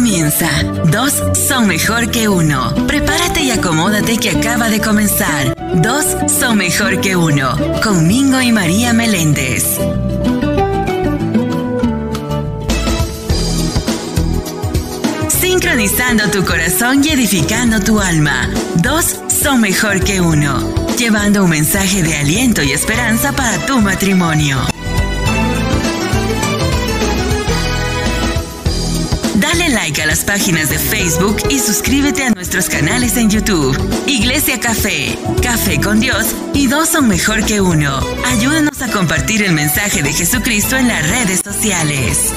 comienza. Dos son mejor que uno. Prepárate y acomódate que acaba de comenzar. Dos son mejor que uno. Con Mingo y María Meléndez. Sincronizando tu corazón y edificando tu alma. Dos son mejor que uno. Llevando un mensaje de aliento y esperanza para tu matrimonio. Dale like a las páginas de Facebook y suscríbete a nuestros canales en YouTube. Iglesia Café, Café con Dios y Dos son mejor que uno. Ayúdanos a compartir el mensaje de Jesucristo en las redes sociales.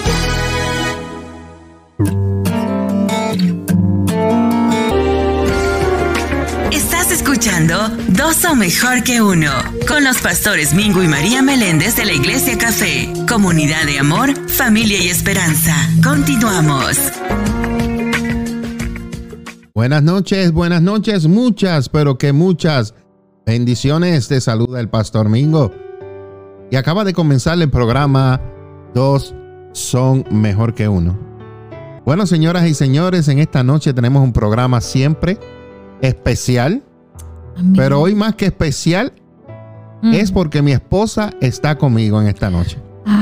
Estás escuchando Dos son mejor que uno, con los pastores Mingo y María Meléndez de la Iglesia Café, comunidad de amor, familia y esperanza. Continuamos. Buenas noches, muchas, pero que muchas bendiciones. Te saluda el pastor Mingo. Y acaba de comenzar el programa Dos son mejor que uno. Bueno, señoras y señores, en esta noche tenemos un programa siempre especial. Amén. Pero hoy más que especial es porque mi esposa está conmigo en esta noche.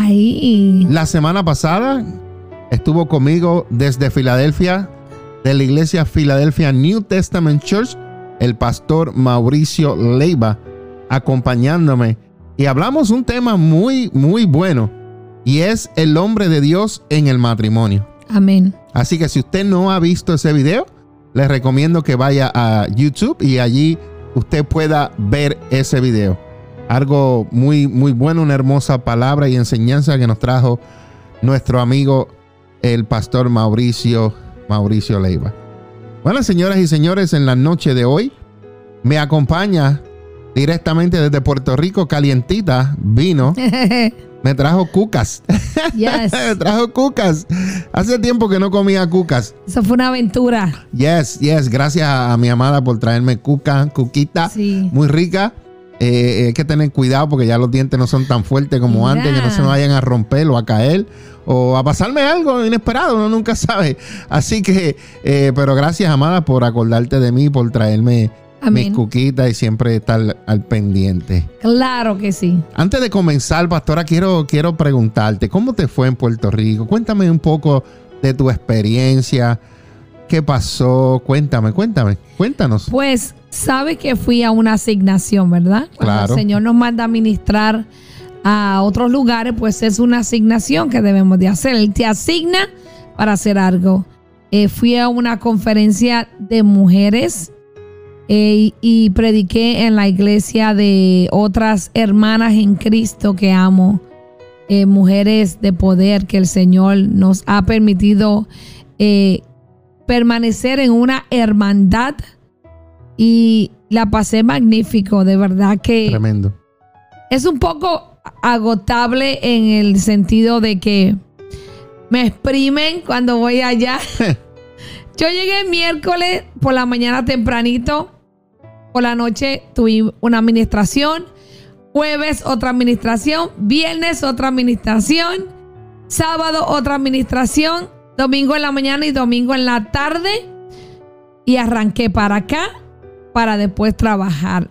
Ay. La semana pasada estuvo conmigo desde Filadelfia, de la iglesia Philadelphia New Testament Church, el pastor Mauricio Leiva, acompañándome. Y hablamos un tema muy, muy bueno, y es el hombre de Dios en el matrimonio. Amén. Así que si usted no ha visto ese video, les recomiendo que vaya a YouTube y allí usted pueda ver ese video. Algo muy, muy bueno, una hermosa palabra y enseñanza que nos trajo nuestro amigo, el pastor Mauricio Leiva. Bueno, señoras y señores, en la noche de hoy me acompaña directamente desde Puerto Rico, calientita, vino. Me trajo cucas. Yes. Me trajo cucas. Hace tiempo que no comía cucas. Eso fue una aventura. Yes. Gracias a mi amada por traerme cuquita. Sí. Muy rica. Hay que tener cuidado porque ya los dientes no son tan fuertes como antes, que no se me vayan a romper o a caer o a pasarme algo inesperado, uno nunca sabe. Así que, pero gracias, amada, por acordarte de mí, por traerme mis cuquitas y siempre estar al pendiente. Claro que sí. Antes de comenzar, pastora, quiero preguntarte, ¿cómo te fue en Puerto Rico? Cuéntame un poco de tu experiencia. ¿Qué pasó? Cuéntanos. Pues, sabe que fui a una asignación, ¿verdad? Cuando claro. el Señor nos manda a ministrar a otros lugares, pues es una asignación que debemos de hacer. Él te asigna para hacer algo. Fui a una conferencia de mujeres y prediqué en la iglesia de otras hermanas en Cristo que amo. Mujeres de poder que el Señor nos ha permitido permanecer en una hermandad y la pasé magnífico, de verdad que tremendo. Es un poco agotable en el sentido de que me exprimen cuando voy allá. Yo llegué miércoles por la mañana tempranito, por la noche tuve una administración, jueves otra administración, viernes otra administración, sábado otra administración, domingo en la mañana y domingo en la tarde, y arranqué para acá para después trabajar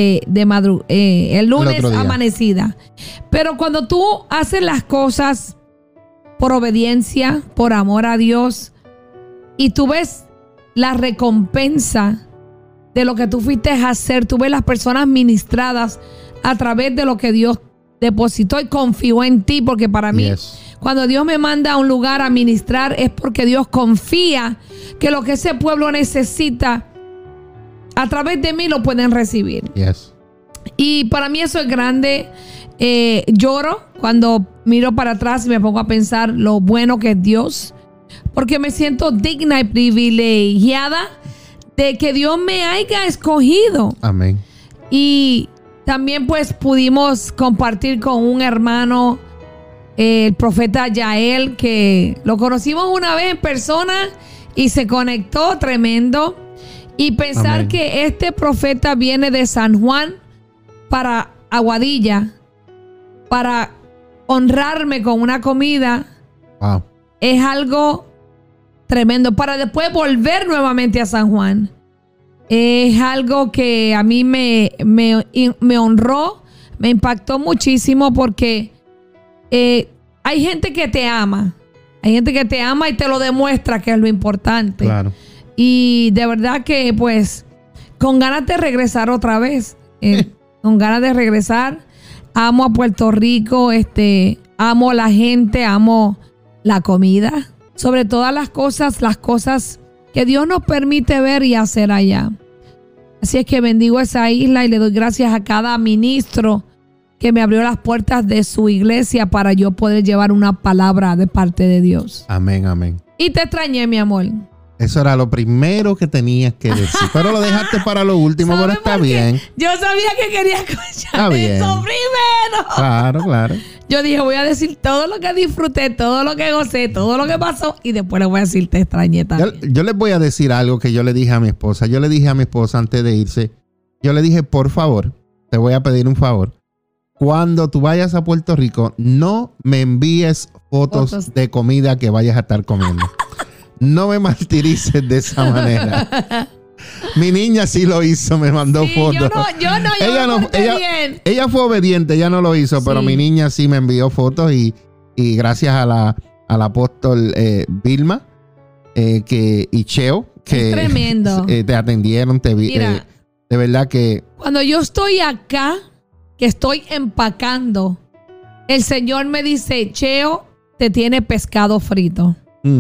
el lunes amanecida. Pero cuando tú haces las cosas por obediencia, por amor a Dios, y tú ves la recompensa de lo que tú fuiste a hacer, tú ves las personas ministradas a través de lo que Dios depositó y confió en ti, porque para mí, cuando Dios me manda a un lugar a ministrar es porque Dios confía que lo que ese pueblo necesita a través de mí lo pueden recibir. Y para mí eso es grande. Lloro cuando miro para atrás y me pongo a pensar lo bueno que es Dios, porque me siento digna y privilegiada de que Dios me haya escogido. Amén. Y también pues pudimos compartir con un hermano, el profeta Yael, que lo conocimos una vez en persona y se conectó tremendo. Y pensar Amén. Que este profeta viene de San Juan para Aguadilla para honrarme con una comida, es algo tremendo para después volver nuevamente a San Juan. Es algo que a mí me honró, me impactó muchísimo porque hay gente que te ama. Hay gente que te ama y te lo demuestra, que es lo importante. Claro. Y de verdad que pues con ganas de regresar otra vez. Con ganas de regresar. Amo a Puerto Rico, amo la gente, amo la comida. Sobre todas las cosas que Dios nos permite ver y hacer allá. Así es que bendigo esa isla y le doy gracias a cada ministro que me abrió las puertas de su iglesia para yo poder llevar una palabra de parte de Dios. Amén, amén. Y te extrañé, mi amor. Eso era lo primero que tenías que decir. Pero lo dejaste para lo último, pero está bien. Yo sabía que quería escuchar bien. eso primero. Claro, claro. Yo dije, voy a decir todo lo que disfruté, todo lo que gocé, todo lo que pasó y después le voy a decir, te extrañé también. Yo les voy a decir algo que yo le dije a mi esposa. Yo le dije a mi esposa antes de irse, yo le dije, por favor, te voy a pedir un favor. Cuando tú vayas a Puerto Rico, no me envíes fotos de comida que vayas a estar comiendo. No me martirices de esa manera. Mi niña sí lo hizo, me mandó fotos. Ella fue obediente, ella no lo hizo, sí. Pero mi niña sí me envió fotos y gracias al apóstol Vilma y Cheo, que es tremendo. Te atendieron, de verdad que... Cuando yo estoy acá, que estoy empacando, el Señor me dice, Cheo, te tiene pescado frito.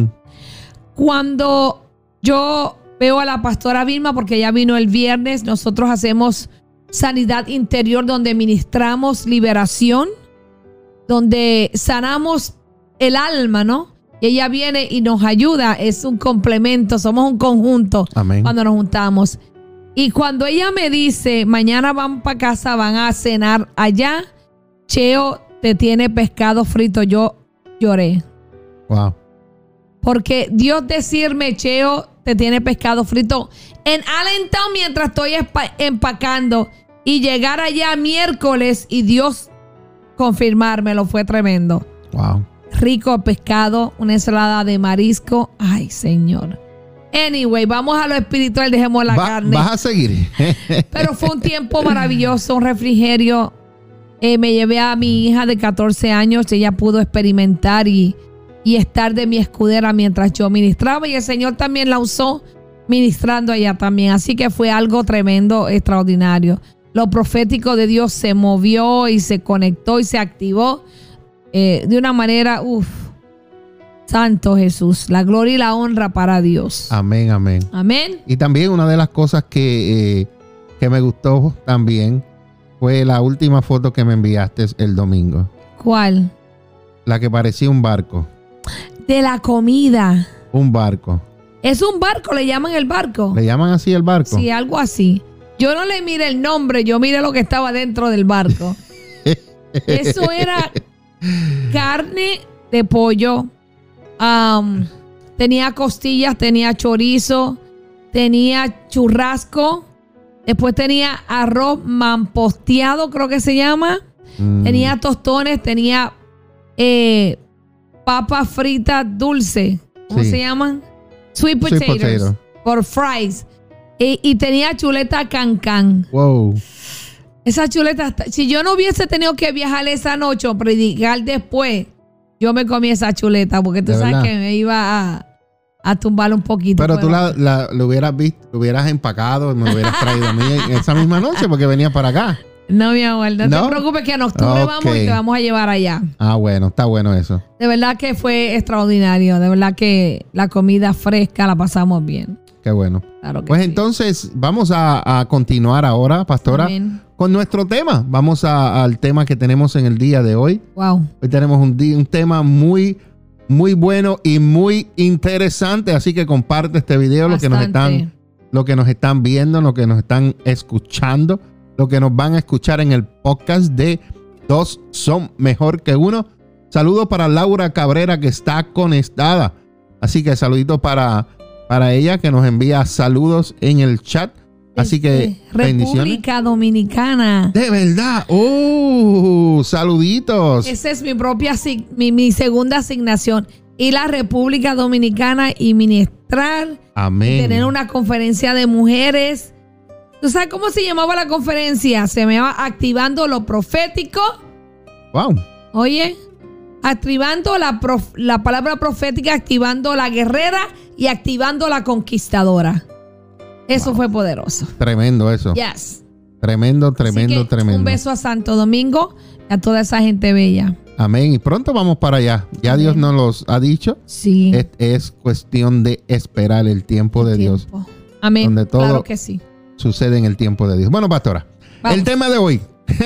Cuando yo veo a la pastora Vilma, porque ella vino el viernes, nosotros hacemos sanidad interior donde ministramos liberación, donde sanamos el alma, ¿no? Y ella viene y nos ayuda, es un complemento, somos un conjunto. Amén. Cuando nos juntamos. Y cuando ella me dice, mañana van para casa, van a cenar allá, Cheo, te tiene pescado frito, yo lloré. Wow. Porque Dios decirme, Cheo, te tiene pescado frito en Allentown mientras estoy empacando y llegar allá miércoles y Dios confirmármelo, fue tremendo. Wow. Rico pescado, una ensalada de marisco. Ay, Señor. Anyway, vamos a lo espiritual, dejemos la carne. Vas a seguir. Pero fue un tiempo maravilloso, un refrigerio. Me llevé a mi hija de 14 años, ella pudo experimentar y estar de mi escudera mientras yo ministraba, y el Señor también la usó ministrando allá también. Así que fue algo tremendo, extraordinario. Lo profético de Dios se movió y se conectó y se activó de una manera, Santo Jesús, la gloria y la honra para Dios. Amén, amén. Amén. Y también una de las cosas que me gustó también fue la última foto que me enviaste el domingo. ¿Cuál? La que parecía un barco. De la comida. Un barco. Es un barco, le llaman el barco. ¿Le llaman así el barco? Sí, algo así. Yo no le miré el nombre, yo miré lo que estaba dentro del barco. Eso era carne de pollo. Tenía costillas, tenía chorizo, tenía churrasco. Después tenía arroz mamposteado, creo que se llama. Tenía tostones, tenía papas fritas dulces. ¿Cómo se llaman? Sweet potatoes. Por fries. Y tenía chuleta cancan. Wow. Esa chuleta, si yo no hubiese tenido que viajar esa noche o predicar después, yo me comí esa chuleta porque tú sabes que me iba a tumbar un poquito. Pero tú lo hubieras visto, lo hubieras empacado y me lo hubieras traído a mí esa misma noche porque venía para acá. No, mi amor, no te preocupes que en octubre vamos y te vamos a llevar allá. Ah, bueno, está bueno eso. De verdad que fue extraordinario. De verdad que la comida fresca la pasamos bien. Qué bueno. Claro que pues sí. Entonces vamos a continuar ahora, pastora, Amén. Con nuestro tema. Vamos al tema que tenemos en el día de hoy. Wow. Hoy tenemos un tema muy, muy bueno y muy interesante. Así que comparte este video, lo que nos están viendo, lo que nos están escuchando, lo que nos van a escuchar en el podcast de Dos Son Mejor que Uno. Saludos para Laura Cabrera, que está conectada. Así que saluditos para ella, que nos envía saludos en el chat. Así que bendiciones. República Dominicana. De verdad. Saluditos. Esa es mi propia mi segunda asignación. ir a la República Dominicana y ministrar. Amén. Y tener una conferencia de mujeres. ¿Tú sabes cómo se llamaba la conferencia? Se llamaba Activando lo Profético. Wow. Oye, activando la palabra profética, activando la guerrera y activando la conquistadora. Eso fue poderoso. Tremendo eso. Yes. Tremendo. Un beso a Santo Domingo y a toda esa gente bella. Amén. Y pronto vamos para allá. Ya Amén. Dios nos los ha dicho. Sí. Es cuestión de esperar el tiempo de Dios. Amén. Donde todo claro que sí. Sucede en el tiempo de Dios. Bueno, pastora, vamos. El tema de hoy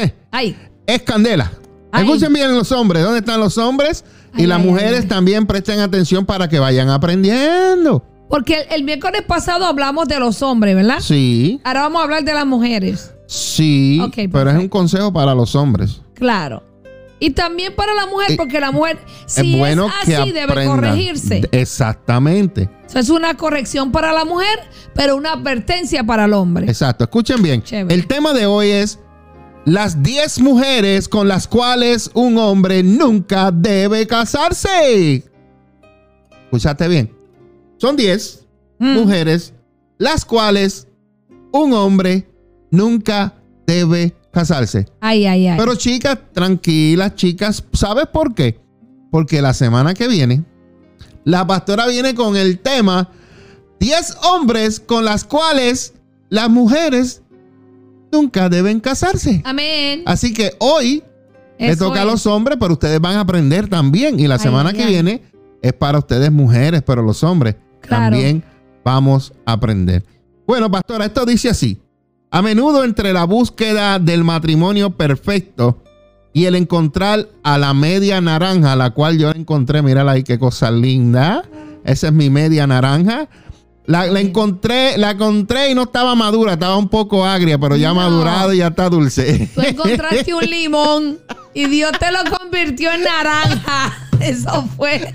es candela. Escuchen bien los hombres. ¿Dónde están los hombres? Y las mujeres también presten atención para que vayan aprendiendo. Porque el miércoles pasado hablamos de los hombres, ¿verdad? Sí. Ahora vamos a hablar de las mujeres. Sí, pero es un consejo para los hombres. Claro. Y también para la mujer, porque la mujer, si es bueno es así, debe corregirse. Exactamente. Eso es una corrección para la mujer, pero una advertencia para el hombre. Exacto. Escuchen bien. Chévere. El tema de hoy es las 10 mujeres con las cuales un hombre nunca debe casarse. Escúchate bien. Son 10 mujeres las cuales un hombre nunca debe casarse. Ay. Pero chicas, tranquilas, chicas, ¿sabes por qué? Porque la semana que viene, la pastora viene con el tema 10 hombres con las cuales las mujeres nunca deben casarse. Amén. Así que hoy le toca a los hombres, pero ustedes van a aprender también. Y la semana que viene es para ustedes mujeres, pero los hombres también vamos a aprender. Bueno, pastora, esto dice así. A menudo entre la búsqueda del matrimonio perfecto y el encontrar a la media naranja, la cual yo encontré, mírala ahí, qué cosa linda. Esa es mi media naranja. La encontré y no estaba madura, estaba un poco agria, pero ya madurado y ya está dulce. Tú encontraste un limón y Dios te lo convirtió en naranja. Eso fue.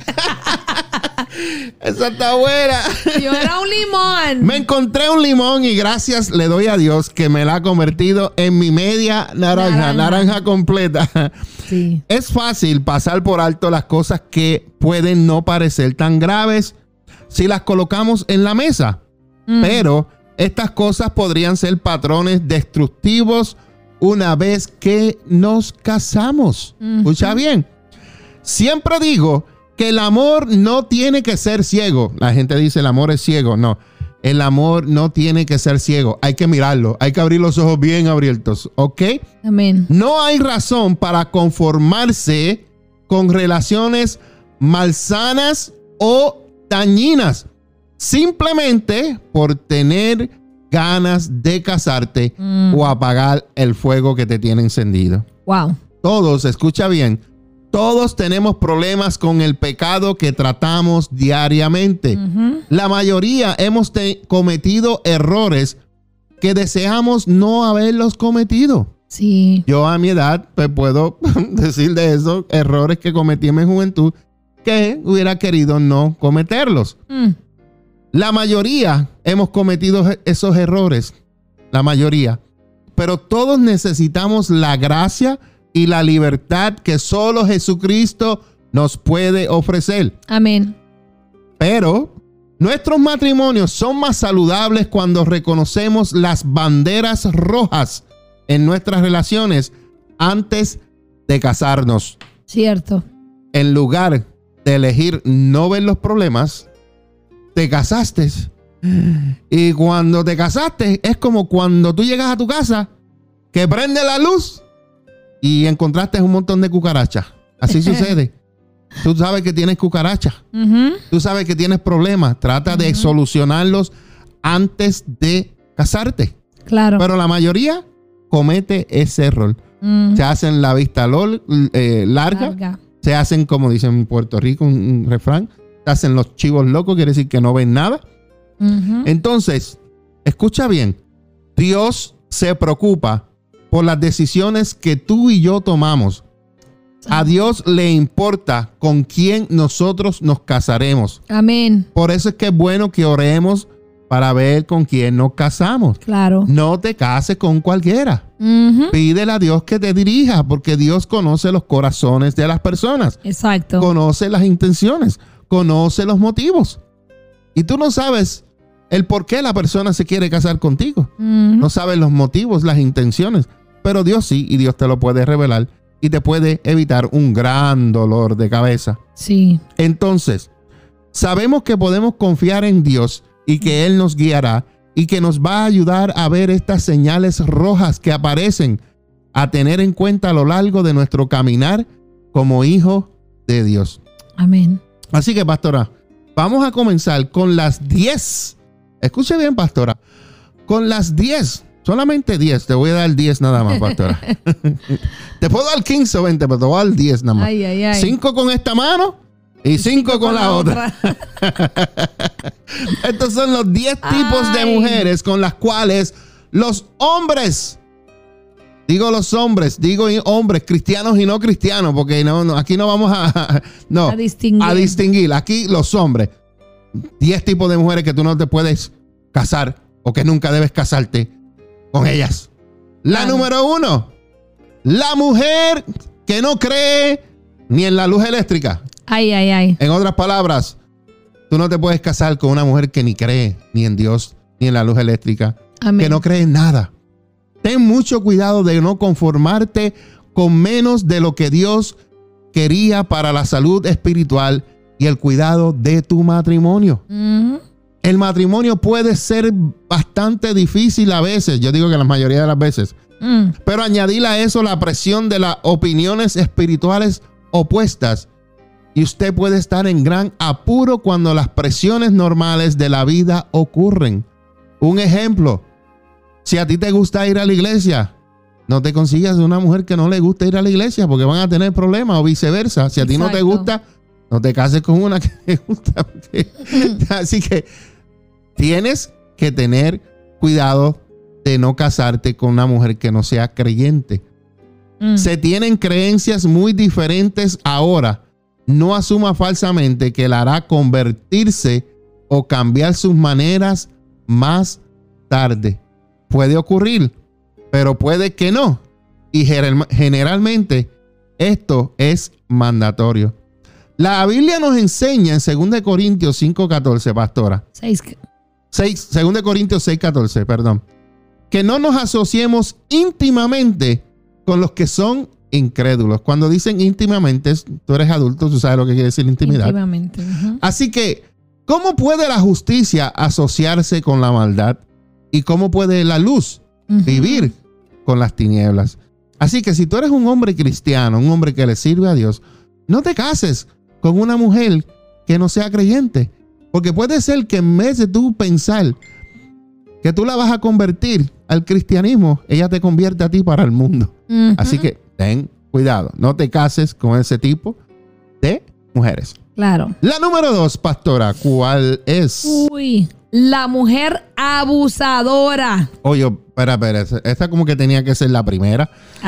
Esa está buena. Yo era un limón. Me encontré un limón y gracias le doy a Dios que me la ha convertido en mi media naranja completa. Sí. Es fácil pasar por alto las cosas que pueden no parecer tan graves si las colocamos en la mesa. Pero estas cosas podrían ser patrones destructivos una vez que nos casamos. Escucha bien. Siempre digo que el amor no tiene que ser ciego. La gente dice el amor es ciego. No, el amor no tiene que ser ciego. Hay que mirarlo. Hay que abrir los ojos bien abiertos. ¿Ok? Amén. No hay razón para conformarse con relaciones malsanas o dañinas simplemente por tener ganas de casarte o apagar el fuego que te tiene encendido. Wow. Todos, escucha bien, todos tenemos problemas con el pecado que tratamos diariamente. La mayoría hemos cometido errores que deseamos no haberlos cometido. Sí. Yo a mi edad pues, puedo decir de esos errores que cometí en mi juventud que hubiera querido no cometerlos. La mayoría hemos cometido esos errores. La mayoría. Pero todos necesitamos la gracia y la libertad que solo Jesucristo nos puede ofrecer. Amén. Pero nuestros matrimonios son más saludables cuando reconocemos las banderas rojas en nuestras relaciones antes de casarnos. Cierto. En lugar de elegir no ver los problemas, te casaste. Y cuando te casaste es como cuando tú llegas a tu casa que prende la luz y encontraste un montón de cucarachas. Así sucede. Tú sabes que tienes cucarachas. Tú sabes que tienes problemas. Trata de solucionarlos antes de casarte. Claro. Pero la mayoría comete ese error. Se hacen la vista larga. Se hacen, como dicen en Puerto Rico, un refrán. Se hacen los chivos locos, quiere decir que no ven nada. Entonces, escucha bien. Dios se preocupa por las decisiones que tú y yo tomamos. A Dios le importa con quién nosotros nos casaremos. Amén. Por eso es que es bueno que oremos para ver con quién nos casamos. Claro. No te cases con cualquiera. Pídele a Dios que te dirija, porque Dios conoce los corazones de las personas. Exacto. Conoce las intenciones. conoce los motivos. Y tú no sabes el por qué la persona se quiere casar contigo. No sabes los motivos, las intenciones. Pero Dios sí, y Dios te lo puede revelar y te puede evitar un gran dolor de cabeza. Sí. Entonces, sabemos que podemos confiar en Dios y que Él nos guiará y que nos va a ayudar a ver estas señales rojas que aparecen, a tener en cuenta a lo largo de nuestro caminar como hijo de Dios. Amén. Así que, pastora, vamos a comenzar con las 10. Escuche bien, pastora. Con las 10. Solamente 10. Te voy a dar 10 nada más, pastora. Te puedo dar 15 o 20, pero te voy a dar 10 nada más. Ay, ay, ay. 5 con esta mano y 5 con la otra. Estos son los 10 tipos de mujeres con las cuales los hombres, digo los hombres, digo hombres, cristianos y no cristianos, porque no, aquí no vamos a distinguir. Aquí los hombres. 10 tipos de mujeres que tú no te puedes casar o que nunca debes casarte con ellas. La número 1, la mujer que no cree ni en la luz eléctrica. Ay, ay, ay. En otras palabras, tú no te puedes casar con una mujer que ni cree ni en Dios ni en la luz eléctrica. Amén. Que no cree en nada. Ten mucho cuidado de no conformarte con menos de lo que Dios quería para la salud espiritual y el cuidado de tu matrimonio. El matrimonio puede ser bastante difícil a veces. Yo digo que la mayoría de las veces. Pero añadir a eso la presión de las opiniones espirituales opuestas y usted puede estar en gran apuro cuando las presiones normales de la vida ocurren. Un ejemplo, si a ti te gusta ir a la iglesia, no te consigas una mujer que no le gusta ir a la iglesia porque van a tener problemas o viceversa. Si a ti no te gusta, no te cases con una que te gusta. Así que tienes que tener cuidado de no casarte con una mujer que no sea creyente. Se tienen creencias muy diferentes ahora. No asuma falsamente que la hará convertirse o cambiar sus maneras más tarde. Puede ocurrir, pero puede que no. Y generalmente esto es mandatorio. La Biblia nos enseña en 2 Corintios 5:14, pastora. 2 Corintios 6:14, perdón. Que no nos asociemos íntimamente con los que son incrédulos. Cuando dicen íntimamente, tú eres adulto, tú sabes lo que quiere decir intimidad. Íntimamente. Así que, ¿cómo puede la justicia asociarse con la maldad? ¿Y cómo puede la luz vivir con las tinieblas? Así que si tú eres un hombre cristiano, un hombre que le sirve a Dios, no te cases con una mujer que no sea creyente. Porque puede ser que en vez de tú pensar que tú la vas a convertir al cristianismo, ella te convierte a ti para el mundo. Así que ten cuidado. No te cases con ese tipo de mujeres. Claro. La número 2, pastora, ¿cuál es? Uy, la mujer abusadora. Oye, espera. Esta como que tenía que ser la primera.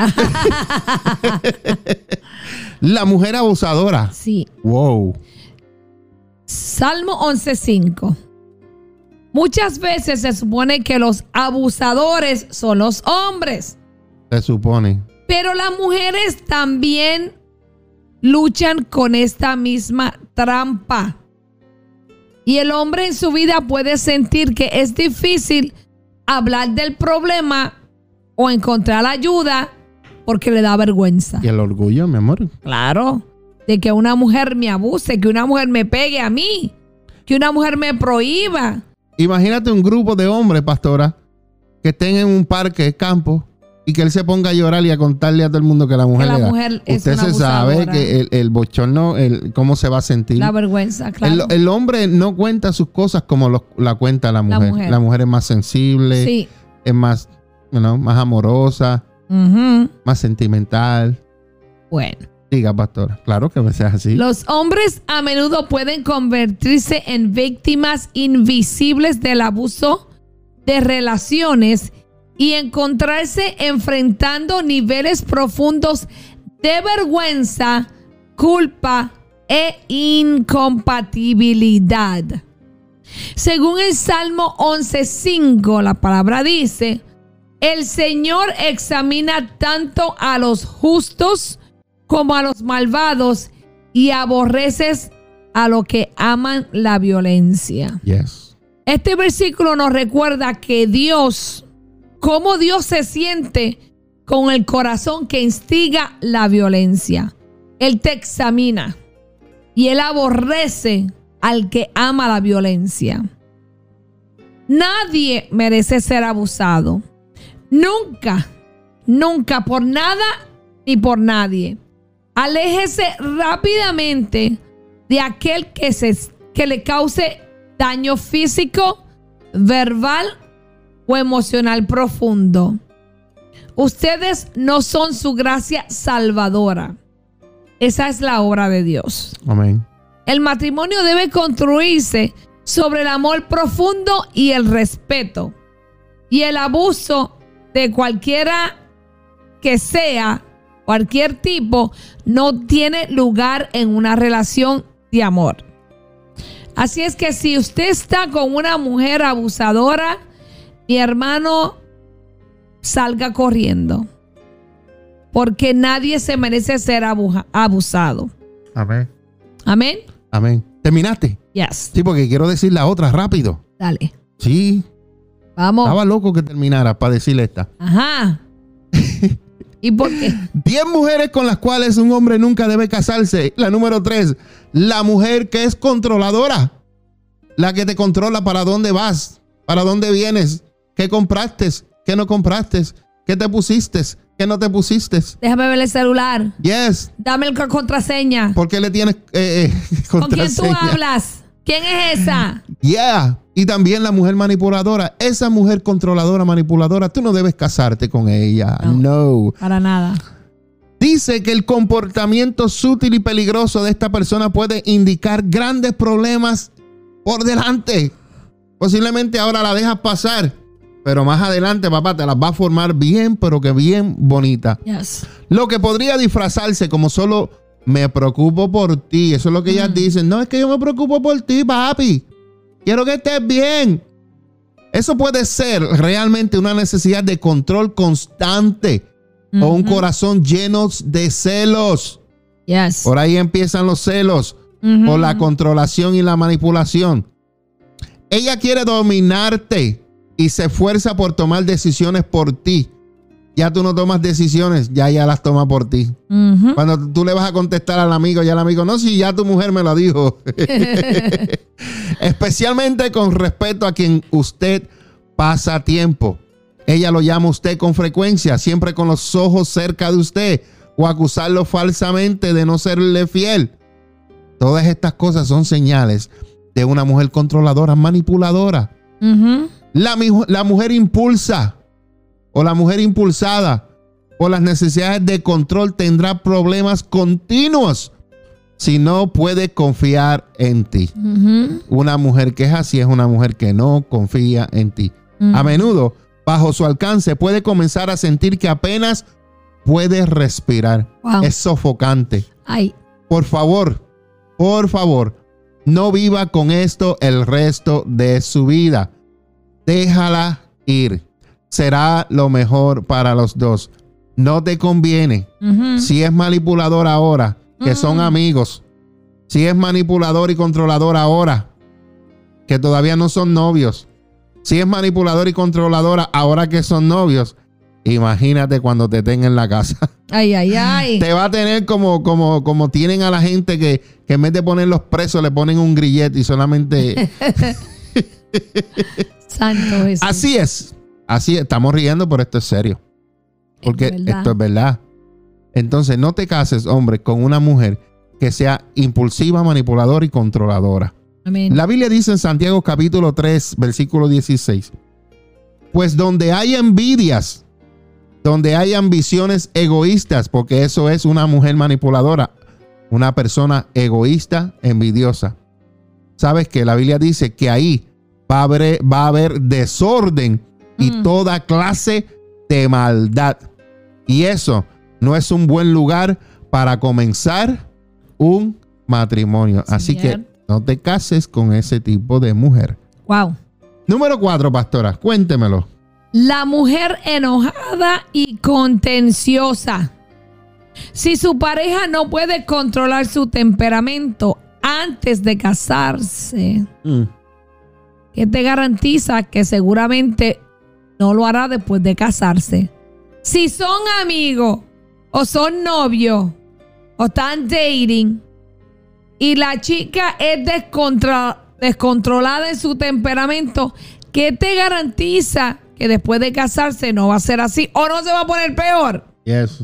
La mujer abusadora. Sí. Wow. Salmo 11:5. Muchas veces se supone que los abusadores son los hombres. Se supone. Pero las mujeres también luchan con esta misma trampa. Y el hombre en su vida puede sentir que es difícil hablar del problema o encontrar ayuda porque le da vergüenza. Y el orgullo, mi amor. Claro, de que una mujer me abuse, que una mujer me pegue a mí, que una mujer me prohíba. Imagínate un grupo de hombres, pastora, que estén en un parque, campo, y que él se ponga a llorar y a contarle a todo el mundo que la mujer, usted se sabe que el bochorno, cómo se va a sentir. La vergüenza, claro. El hombre no cuenta sus cosas como la cuenta la mujer. La mujer es más sensible, sí, es más, más amorosa, más sentimental. Bueno. Diga, pastora. Claro que me sea así. Los hombres a menudo pueden convertirse en víctimas invisibles del abuso de relaciones y encontrarse enfrentando niveles profundos de vergüenza, culpa e incompatibilidad. Según el Salmo 11:5, la palabra dice: el Señor examina tanto a los justos como a los malvados y aborrece a los que aman la violencia. Yes. Este versículo nos recuerda que cómo Dios se siente con el corazón que instiga la violencia. Él te examina y Él aborrece al que ama la violencia. Nadie merece ser abusado. Nunca, nunca, por nada ni por nadie. Aléjese rápidamente de aquel que le cause daño físico, verbal o emocional profundo. Ustedes no son su gracia salvadora. Esa es la obra de Dios. Amén. El matrimonio debe construirse sobre el amor profundo y el respeto. Y el abuso de cualquiera que sea, cualquier tipo, no tiene lugar en una relación de amor. Así es que si usted está con una mujer abusadora, mi hermano, salga corriendo. Porque nadie se merece ser abusado. Amén. Amén. Amén. ¿Terminaste? Yes. Sí, porque quiero decir la otra rápido. Dale. Sí. Vamos. Estaba loco que terminara para decirle esta. Ajá. ¿Y por qué? 10 mujeres con las cuales un hombre nunca debe casarse. La número 3, la mujer que es controladora. La que te controla para dónde vas, para dónde vienes, qué compraste, qué no compraste, qué te pusiste, qué no te pusiste. Déjame ver el celular. Yes. Dame la contraseña. ¿Por qué le tienes contraseña? ¿Con quién tú hablas? ¿Quién es esa? Yeah. Y también la mujer manipuladora. Esa mujer controladora, manipuladora, tú no debes casarte con ella. No. Para nada. Dice que el comportamiento sutil y peligroso de esta persona puede indicar grandes problemas por delante. Posiblemente ahora la dejas pasar, pero más adelante, papá, te las va a formar bien, pero que bien bonita. Yes. Lo que podría disfrazarse como solo me preocupo por ti. Eso es lo que ellas dicen. No, es que yo me preocupo por ti, papi. Quiero que estés bien. Eso puede ser realmente una necesidad de control constante o un corazón lleno de celos. Yes. Por ahí empiezan los celos o la controlación y la manipulación. Ella quiere dominarte y se esfuerza por tomar decisiones por ti. Ya tú no tomas decisiones, ya las toma por ti. Cuando tú le vas a contestar al amigo, ya el amigo, no, si ya tu mujer me lo dijo. Especialmente con respecto a quien usted pasa tiempo. Ella lo llama a usted con frecuencia, siempre con los ojos cerca de usted, o acusarlo falsamente de no serle fiel. Todas estas cosas son señales de una mujer controladora, manipuladora. La mujer impulsa o la mujer impulsada por las necesidades de control tendrá problemas continuos si no puede confiar en ti. Una mujer que es así es una mujer que no confía en ti. A menudo, bajo su alcance, puede comenzar a sentir que apenas puede respirar. Wow. Es sofocante. Ay. Por favor, no viva con esto el resto de su vida. Déjala ir. Será lo mejor para los dos. No te conviene. Si es manipulador ahora, que son amigos. Si es manipulador y controlador ahora, que todavía no son novios. Si es manipulador y controladora ahora que son novios, imagínate cuando te tenga en la casa. Ay, ay, ay. Te va a tener como tienen a la gente que en vez de ponerlos presos le ponen un grillete y solamente... Santo Jesús. Así es. Así estamos riendo, pero esto es serio. Porque esto es verdad. Entonces, no te cases, hombre, con una mujer que sea impulsiva, manipuladora y controladora. Amén. La Biblia dice en Santiago capítulo 3, versículo 16. Pues donde hay envidias, donde hay ambiciones egoístas, porque eso es una mujer manipuladora, una persona egoísta, envidiosa. Sabes que la Biblia dice que ahí va a haber desorden y toda clase de maldad. Y eso no es un buen lugar para comenzar un matrimonio. Así que no te cases con ese tipo de mujer. Wow. Número 4, pastora, cuéntemelo. La mujer enojada y contenciosa. Si su pareja no puede controlar su temperamento, antes de casarse, ¿qué te garantiza que seguramente no lo hará después de casarse? Si son amigos o son novios o están dating y la chica es descontrolada en su temperamento, ¿qué te garantiza que después de casarse no va a ser así o no se va a poner peor? Yes.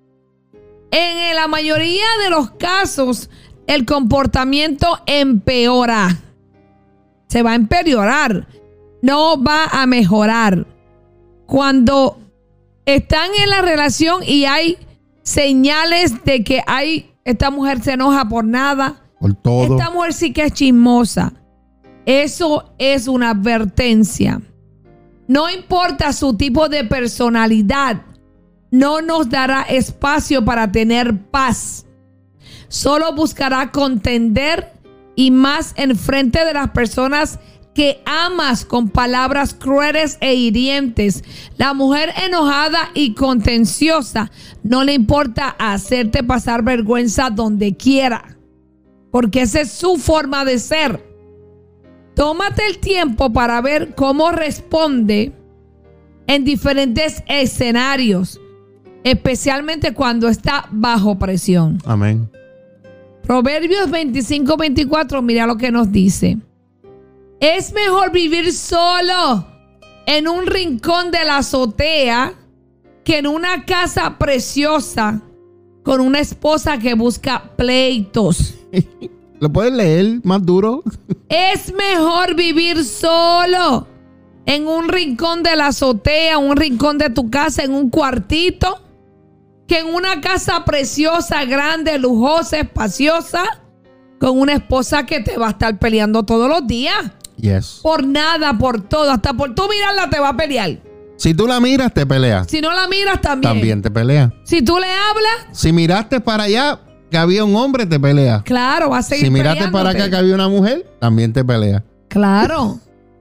En la mayoría de los casos, el comportamiento empeora. Se va a empeorar. No va a mejorar. Cuando están en la relación y hay señales de que esta mujer se enoja por nada. Por todo. Esta mujer sí que es chismosa. Eso es una advertencia. No importa su tipo de personalidad, no nos dará espacio para tener paz. Solo buscará contender y más enfrente de las personas que amas con palabras crueles e hirientes. La mujer enojada y contenciosa no le importa hacerte pasar vergüenza donde quiera, porque esa es su forma de ser. Tómate el tiempo para ver cómo responde en diferentes escenarios, especialmente cuando está bajo presión. Amén. Proverbios 25:24, mira lo que nos dice. Es mejor vivir solo en un rincón de la azotea que en una casa preciosa con una esposa que busca pleitos. ¿Lo puedes leer más duro? Es mejor vivir solo en un rincón de la azotea, un rincón de tu casa, en un cuartito, que en una casa preciosa, grande, lujosa, espaciosa, con una esposa que te va a estar peleando todos los días. Yes. Por nada, por todo, hasta por tú mirarla te va a pelear. Si tú la miras, te pelea. Si no la miras, también. También te pelea. Si tú le hablas. Si miraste para allá que había un hombre, te pelea. Claro, va a seguir peleándote. Si miraste para acá que había una mujer, también te pelea. Claro.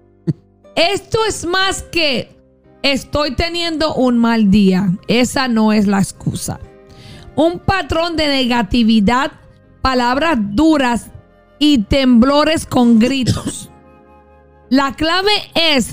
Esto es más que estoy teniendo un mal día. Esa no es la excusa. Un patrón de negatividad, palabras duras y temblores con gritos. La clave es,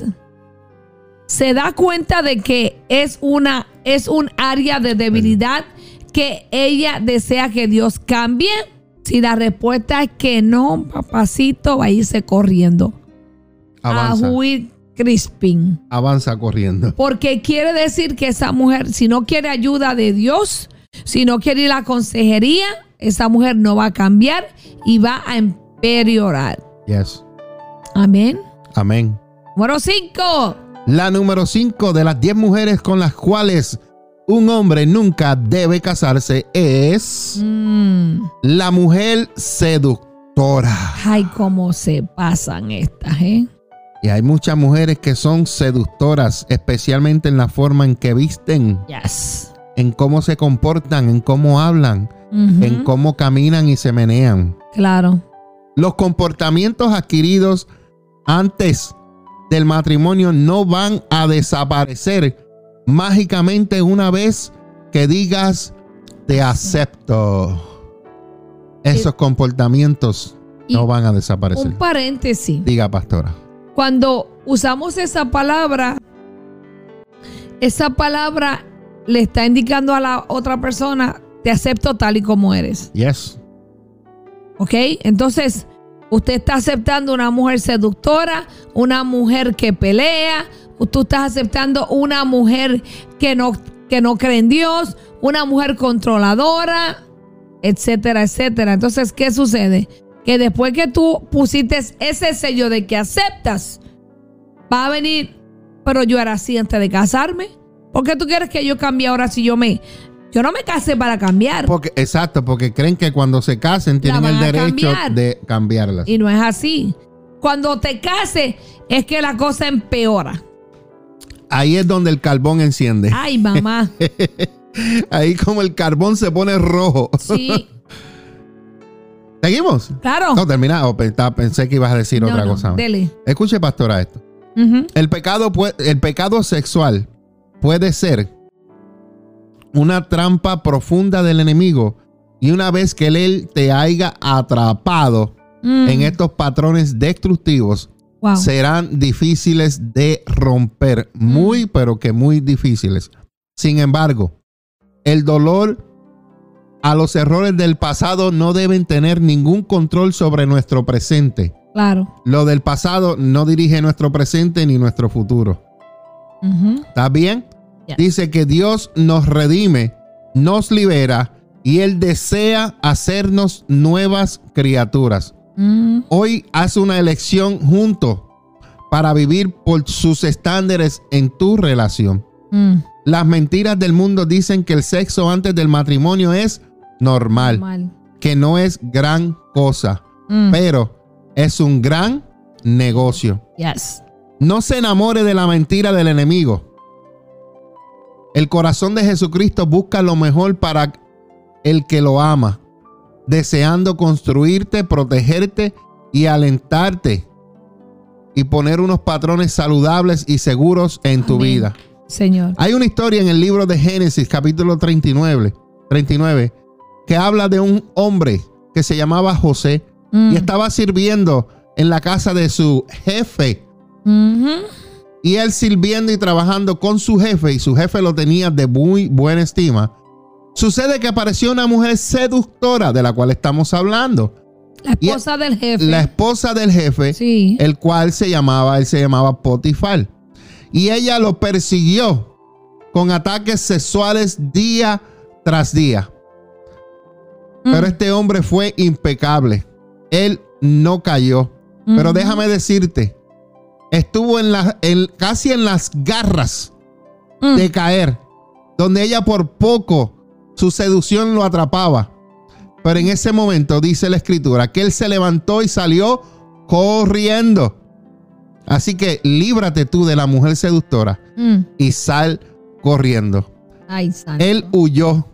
se da cuenta de que es un área de debilidad que ella desea que Dios cambie. Si la respuesta es que no, papacito, va a irse corriendo. Avanza. A huir crisping. Avanza corriendo. Porque quiere decir que esa mujer, si no quiere ayuda de Dios, si no quiere ir a la consejería, esa mujer no va a cambiar y va a empeorar. Yes. Amén. Amén. Número 5. La número 5 de las 10 mujeres con las cuales un hombre nunca debe casarse es la mujer seductora. Ay, cómo se pasan estas, ¿eh? Y hay muchas mujeres que son seductoras, especialmente en la forma en que visten, Yes. en cómo se comportan, en cómo hablan, en cómo caminan y se menean. Claro. Los comportamientos adquiridos antes del matrimonio no van a desaparecer mágicamente una vez que digas te acepto. Esos comportamientos no van a desaparecer. Un paréntesis. Diga, pastora. Cuando usamos esa palabra le está indicando a la otra persona, te acepto tal y como eres. Yes. ¿Ok? Entonces, usted está aceptando una mujer seductora, una mujer que pelea, tú estás aceptando una mujer que no cree en Dios, una mujer controladora, etcétera, etcétera. Entonces, ¿qué sucede? Que después que tú pusiste ese sello de que aceptas, va a venir, pero yo era así antes de casarme. ¿Por qué tú quieres que yo cambie ahora si yo no me casé para cambiar? Exacto, porque creen que cuando se casen tienen el derecho de cambiarlas. Y no es así. Cuando te cases es que la cosa empeora. Ahí es donde el carbón enciende. Ay, mamá. Ahí como el carbón se pone rojo. Sí. ¿Seguimos? Claro. No, terminado. Pensé que ibas a decir otra cosa. Dele. Escuche, pastora, esto. El pecado sexual puede ser una trampa profunda del enemigo, y una vez que él te haya atrapado, en estos patrones destructivos serán difíciles de romper. Muy, pero que muy difíciles. Sin embargo, el dolor a los errores del pasado no deben tener ningún control sobre nuestro presente. Claro. Lo del pasado no dirige nuestro presente ni nuestro futuro. ¿Está bien? Yes. Dice que Dios nos redime, nos libera y Él desea hacernos nuevas criaturas. Hoy haz una elección junto para vivir por sus estándares en tu relación. Las mentiras del mundo dicen que el sexo antes del matrimonio es normal. Que no es gran cosa, pero es un gran negocio. Yes. No se enamore de la mentira del enemigo. El corazón de Jesucristo busca lo mejor para el que lo ama, deseando construirte, protegerte y alentarte y poner unos patrones saludables y seguros en tu vida. Señor. Hay una historia en el libro de Génesis, capítulo 39, que habla de un hombre que se llamaba José y estaba sirviendo en la casa de su jefe. Y él sirviendo y trabajando con su jefe, y su jefe lo tenía de muy buena estima. Sucede que apareció una mujer seductora de la cual estamos hablando. La esposa del jefe. La esposa del jefe, sí. El cual él se llamaba Potifar. Y ella lo persiguió con ataques sexuales día tras día. Pero este hombre fue impecable. Él no cayó. Pero déjame decirte, estuvo casi en las garras de caer, donde ella por poco su seducción lo atrapaba. Pero en ese momento dice la escritura que él se levantó y salió corriendo. Así que líbrate tú de la mujer seductora y sal corriendo. Ay, santo. Él huyó.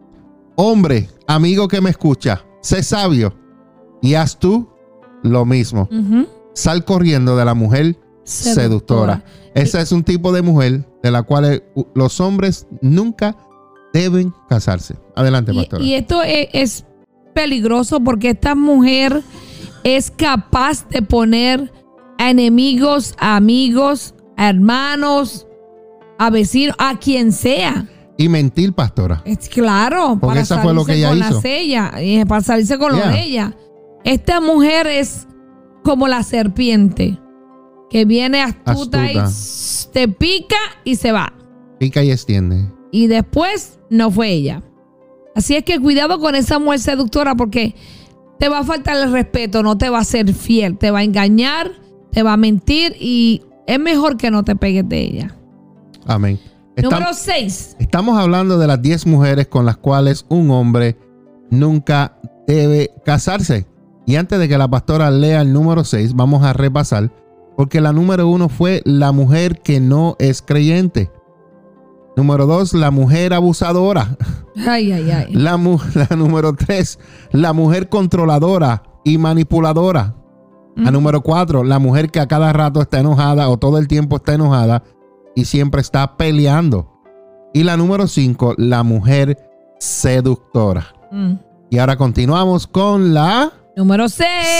Hombre, amigo que me escucha, sé sabio y haz tú lo mismo. Sal corriendo de la mujer seductora. Ese es un tipo de mujer de la cual los hombres nunca deben casarse. Adelante, pastora. Y esto es peligroso porque esta mujer es capaz de poner a enemigos, a amigos, a hermanos, a vecinos, a quien sea. Y mentir, pastora. Es claro, porque para esa fue lo que ella hizo. Para salirse con lo de ella. Esta mujer es como la serpiente que viene astuta. Y te pica y se va. Pica y extiende. Y después no fue ella. Así es que cuidado con esa mujer seductora porque te va a faltar el respeto, no te va a ser fiel, te va a engañar, te va a mentir y es mejor que no te pegues de ella. Amén. Número 6. Estamos hablando de las 10 mujeres con las cuales un hombre nunca debe casarse. Y antes de que la pastora lea el número 6, vamos a repasar, porque la número 1 fue la mujer que no es creyente. Número 2, la mujer abusadora. Ay, ay, ay. La número 3, la mujer controladora y manipuladora. La número 4, la mujer que a cada rato está enojada o todo el tiempo está enojada y siempre está peleando. Y la número 5, la mujer seductora. Y ahora continuamos con la número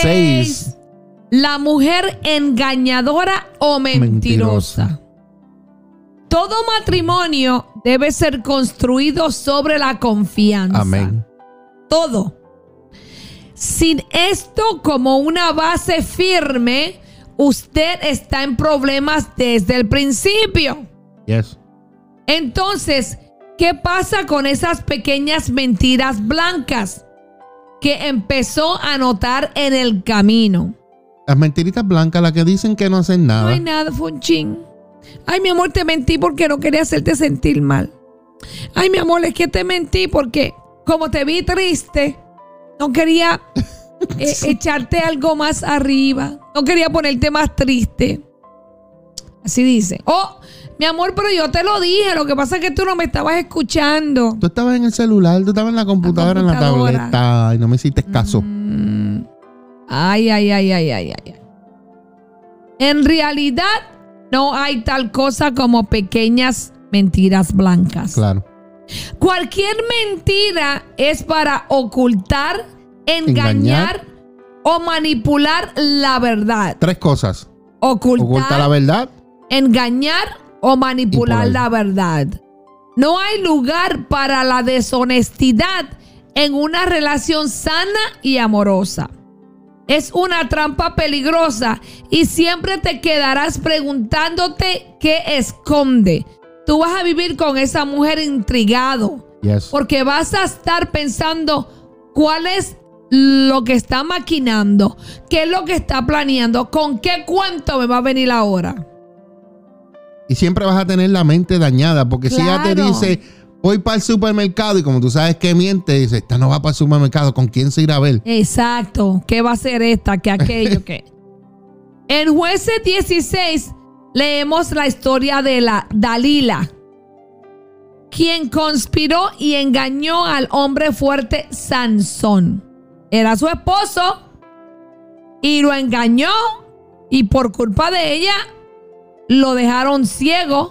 6. La mujer engañadora o mentirosa. Todo matrimonio debe ser construido sobre la confianza. Amén. Todo. Sin esto como una base firme, usted está en problemas desde el principio. Yes. Entonces, ¿qué pasa con esas pequeñas mentiras blancas que empezó a notar en el camino? Las mentiritas blancas, las que dicen que no hacen nada. No hay nada, fue un chin. Ay, mi amor, te mentí porque no quería hacerte sentir mal. Ay, mi amor, es que te mentí porque como te vi triste, no quería echarte algo más arriba. No quería ponerte más triste. Así dice. Oh, mi amor, pero yo te lo dije. Lo que pasa es que tú no me estabas escuchando. Tú estabas en el celular, tú estabas en la computadora, en la tableta. Y no me hiciste caso. Ay, ay, ay, ay, ay, ay. En realidad, no hay tal cosa como pequeñas mentiras blancas. Claro. Cualquier mentira es para ocultar, engañar o manipular la verdad. 3 cosas. Ocultar la verdad. Engañar o manipular Imponer. la verdad. No hay lugar para la deshonestidad en una relación sana y amorosa. Es una trampa peligrosa y siempre te quedarás preguntándote qué esconde. Tú vas a vivir con esa mujer intrigado. Yes. Porque vas a estar pensando cuál es lo que está maquinando, qué es lo que está planeando, con qué cuento me va a venir ahora. Y siempre vas a tener la mente dañada, porque si ella te Claro. dice, voy para el supermercado, y como tú sabes que miente, dice, esta no va para el supermercado, ¿con quién se irá a ver? Exacto. ¿Qué va a ser esta? ¿Qué aquello? ¿Qué? En Jueces 16 leemos la historia de la Dalila, quien conspiró y engañó al hombre fuerte Sansón. Era su esposo y lo engañó, y por culpa de ella lo dejaron ciego.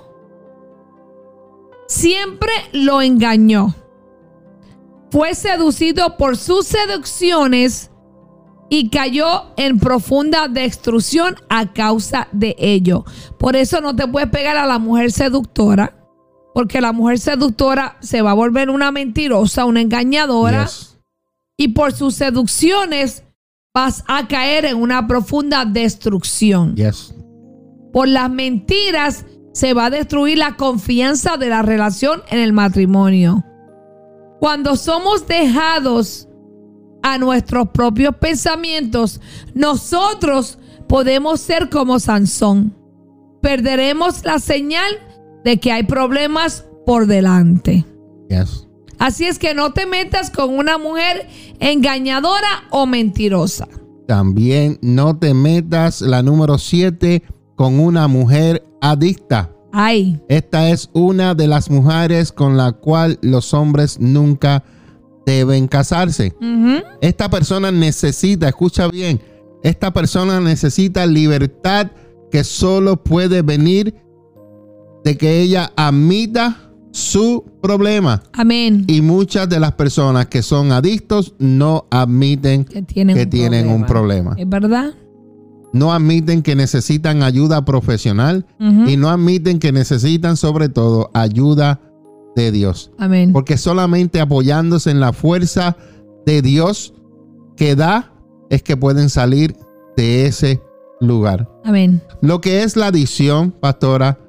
Siempre lo engañó. Fue seducido por sus seducciones y cayó en profunda destrucción a causa de ello. Por eso no te puedes pegar a la mujer seductora, porque la mujer seductora se va a volver una mentirosa, una engañadora. Yes. Y por sus seducciones vas a caer en una profunda destrucción. Yes. Por las mentiras se va a destruir la confianza de la relación en el matrimonio. Cuando somos dejados a nuestros propios pensamientos, nosotros podemos ser como Sansón. Perderemos la señal de que hay problemas por delante. Yes. Así es que no te metas con una mujer engañadora o mentirosa. También no te metas, la número 7, con una mujer adicta. Ay, Esta es una de las mujeres con la cual los hombres nunca deben casarse. Esta persona necesita, escucha bien, esta persona necesita libertad que solo puede venir de que ella admita su problema. amén. Y muchas de las personas que son adictos no admiten Que tienen un problema. ¿Es verdad? No admiten que necesitan ayuda profesional y no admiten que necesitan sobre todo ayuda de Dios. Amén. Porque solamente apoyándose en la fuerza de Dios que da es que pueden salir de ese lugar. Amén. Lo que es la adicción, pastora,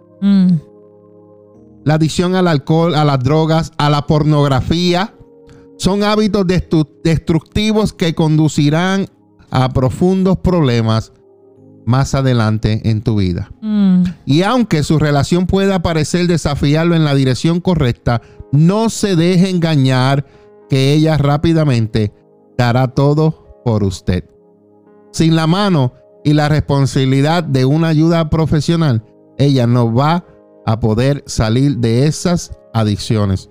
la adicción al alcohol, a las drogas, a la pornografía, son hábitos destructivos que conducirán a profundos problemas más adelante en tu vida. Y aunque su relación pueda parecer desafiarlo en la dirección correcta, no se deje engañar que ella rápidamente dará todo por usted. Sin la mano y la responsabilidad de una ayuda profesional, ella no va a poder salir de esas adicciones.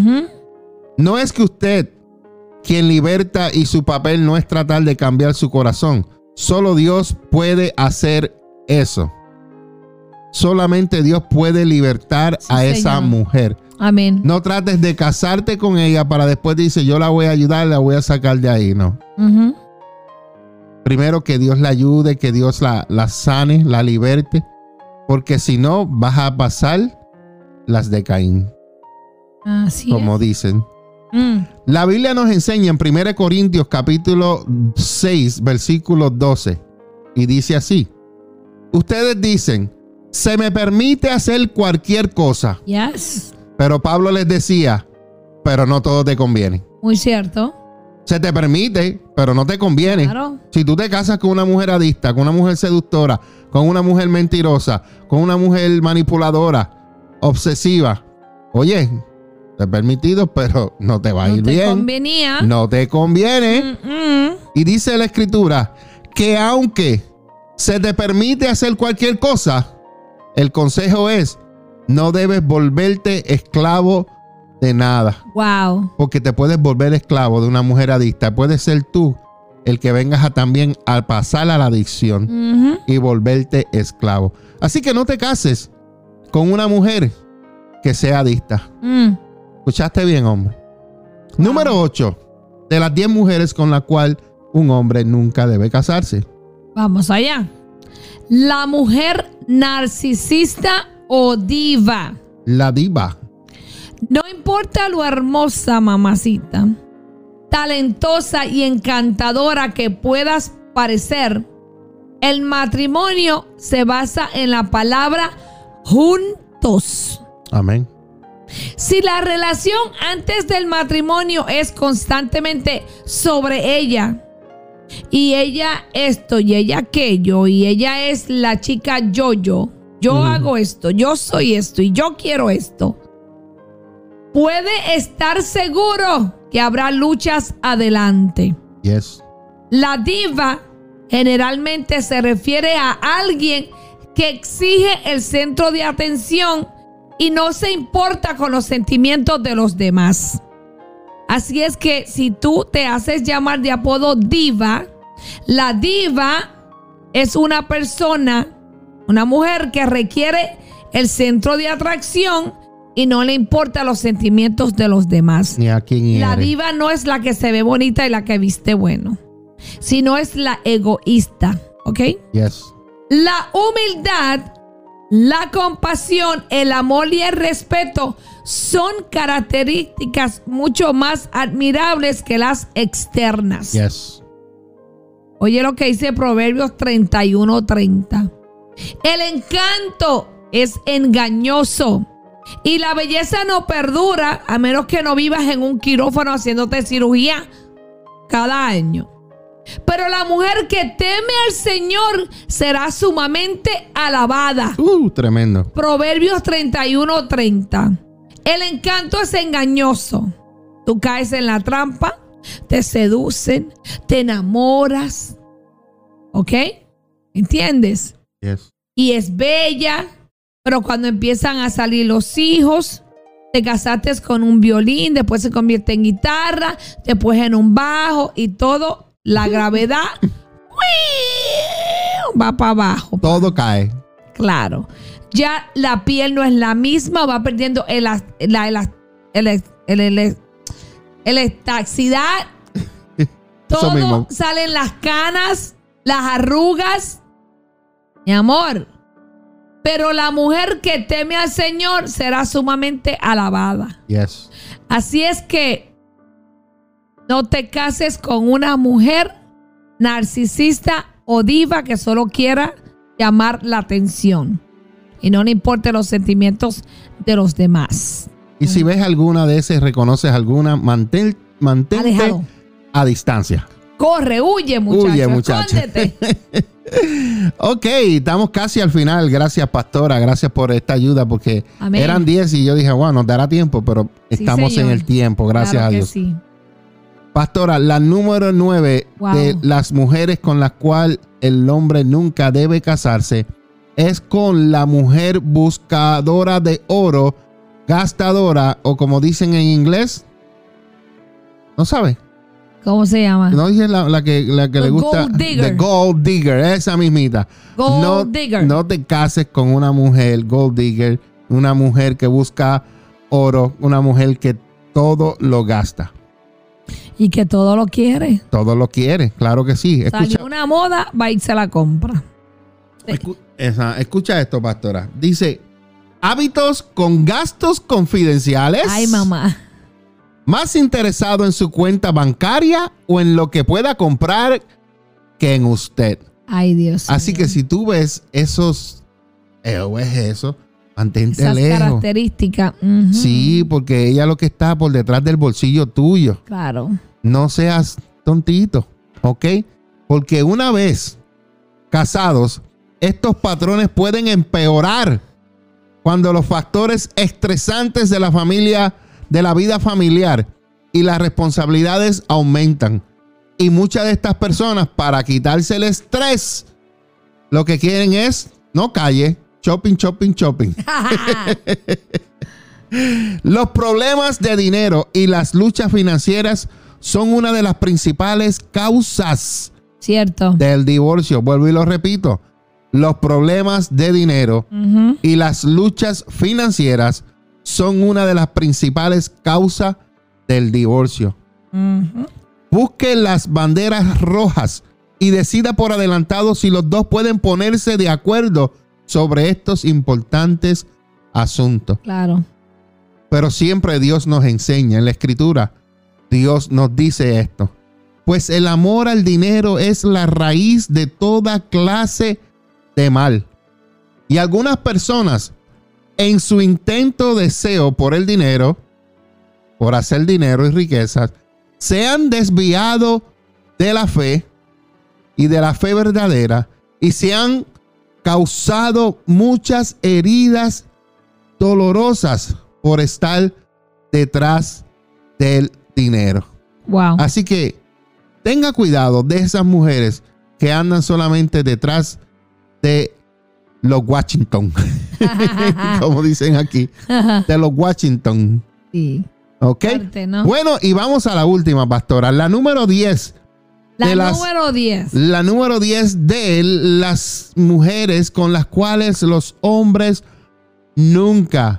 No es que usted quien liberta y su papel no es tratar de cambiar su corazón. Solo Dios puede hacer eso. Solamente Dios puede libertar a esa mujer. Amén. No trates de casarte con ella para después decir, yo la voy a ayudar, la voy a sacar de ahí. No. Primero que Dios la ayude, que Dios la sane, la liberte. Porque si no, vas a pasar las de Caín. Así como es. dicen. La Biblia nos enseña en 1 Corintios capítulo 6, versículo 12. Y dice así. Ustedes dicen, se me permite hacer cualquier cosa. Yes. Pero Pablo les decía, pero no todo te conviene. Muy cierto. Se te permite, pero no te conviene. Claro. Si tú te casas con una mujer adicta, con una mujer seductora, con una mujer mentirosa, con una mujer manipuladora, obsesiva, oye, te he permitido, pero no te va a ir No te bien. convenía. No te conviene. Y dice la escritura que aunque se te permite hacer cualquier cosa, el consejo es, no debes volverte esclavo de nada. Wow. Porque te puedes volver esclavo de una mujer adicta. Puedes ser tú el que vengas también a pasar a la adicción y volverte esclavo. Así que no te cases con una mujer que sea adicta. ¿Escuchaste bien, hombre? Número 8 de las 10 mujeres con la cual un hombre nunca debe casarse. Vamos allá. La mujer narcisista o diva. La diva. No importa lo hermosa, mamacita, talentosa y encantadora que puedas parecer, el matrimonio se basa en la palabra juntos. Amén. Si la relación antes del matrimonio es constantemente sobre ella, y ella esto, y ella aquello, y ella es la chica yo hago esto, yo soy esto, y yo quiero esto, puede estar seguro que habrá luchas adelante. Yes. La diva generalmente se refiere a alguien que exige el centro de atención y no se importa con los sentimientos de los demás. Así es que si tú te haces llamar de apodo diva, la diva es una persona, una mujer que requiere el centro de atracción y no le importa los sentimientos de los demás. Ni a quién hiere. La diva no es la que se ve bonita y la que viste bueno, sino es la egoísta, ¿ok? Yes. La humildad, la compasión, el amor y el respeto son características mucho más admirables que las externas. Yes. Oye lo que dice Proverbios 31:30. El encanto es engañoso y la belleza no perdura a menos que no vivas en un quirófano haciéndote cirugía cada año. Pero la mujer que teme al Señor será sumamente alabada. Tremendo. Proverbios 31:30. El encanto es engañoso. Tú caes en la trampa, te seducen, te enamoras. ¿Ok? ¿Entiendes? Yes. Y es bella, pero cuando empiezan a salir los hijos, te casaste con un violín, después se convierte en guitarra, después en un bajo y todo, la gravedad va para abajo. Todo cae. Claro. Ya la piel no es la misma, va perdiendo elasticidad. Todo mismo. salen las canas, las arrugas. Mi amor. Pero la mujer que teme al Señor será sumamente alabada. Yes. Así es que no te cases con una mujer narcisista o diva que solo quiera llamar la atención y no le importe los sentimientos de los demás. Y si ves alguna de esas, reconoces alguna, mantente Alejado. a distancia. Corre, huye, muchacho. Huye, muchacho. Escóndete. Ok, estamos casi al final. Gracias, pastora. Gracias por esta ayuda porque Amén. eran 10 y yo dije, bueno, nos dará tiempo, pero estamos señor. en el tiempo. Gracias Claro a que Dios. sí. Pastora, la número 9 Wow. de las mujeres con las cuales el hombre nunca debe casarse es con la mujer buscadora de oro, gastadora, o como dicen en inglés, ¿no sabe? ¿Cómo se llama? No dice la que le gusta. Gold digger. The gold digger, esa mismita. Gold digger. No te cases con una mujer gold digger, una mujer que busca oro, una mujer que todo lo gasta. Y que todo lo quiere. Todo lo quiere, claro que sí. Salió una moda, va y se la compra. Escucha esto, pastora. Dice, hábitos con gastos confidenciales. Ay, mamá. Más interesado en su cuenta bancaria o en lo que pueda comprar que en usted. Ay, Dios. Así mío. que si tú ves ves eso, mantente Esas lejos. características. Ujú. Sí, porque ella lo que está por detrás del bolsillo tuyo. Claro. No seas tontito, ¿ok? Porque una vez casados, estos patrones pueden empeorar cuando los factores estresantes de la familia, de la vida familiar y las responsabilidades aumentan. Y muchas de estas personas, para quitarse el estrés, lo que quieren es, no calle, shopping, shopping, shopping. Los problemas de dinero y las luchas financieras son una de las principales causas Cierto. del divorcio. Vuelvo y lo repito. Los problemas de dinero Ujú. y las luchas financieras son una de las principales causas del divorcio. Ujú. busque las banderas rojas y decida por adelantado si los dos pueden ponerse de acuerdo sobre estos importantes asuntos. Claro. Pero siempre Dios nos enseña en la Escritura. Dios nos dice esto. Pues el amor al dinero es la raíz de toda clase de mal. Y algunas personas, en su intento deseo por el dinero, por hacer dinero y riquezas, se han desviado de la fe y de la fe verdadera y se han causado muchas heridas dolorosas por estar detrás del dinero. Wow. Así que tenga cuidado de esas mujeres que andan solamente detrás de los Washington. Como dicen aquí. De los Washington. Sí. ¿Ok? Fuerte, ¿no? Bueno, y vamos a la última, pastora. La número 10. Número 10. La número 10 de las mujeres con las cuales los hombres nunca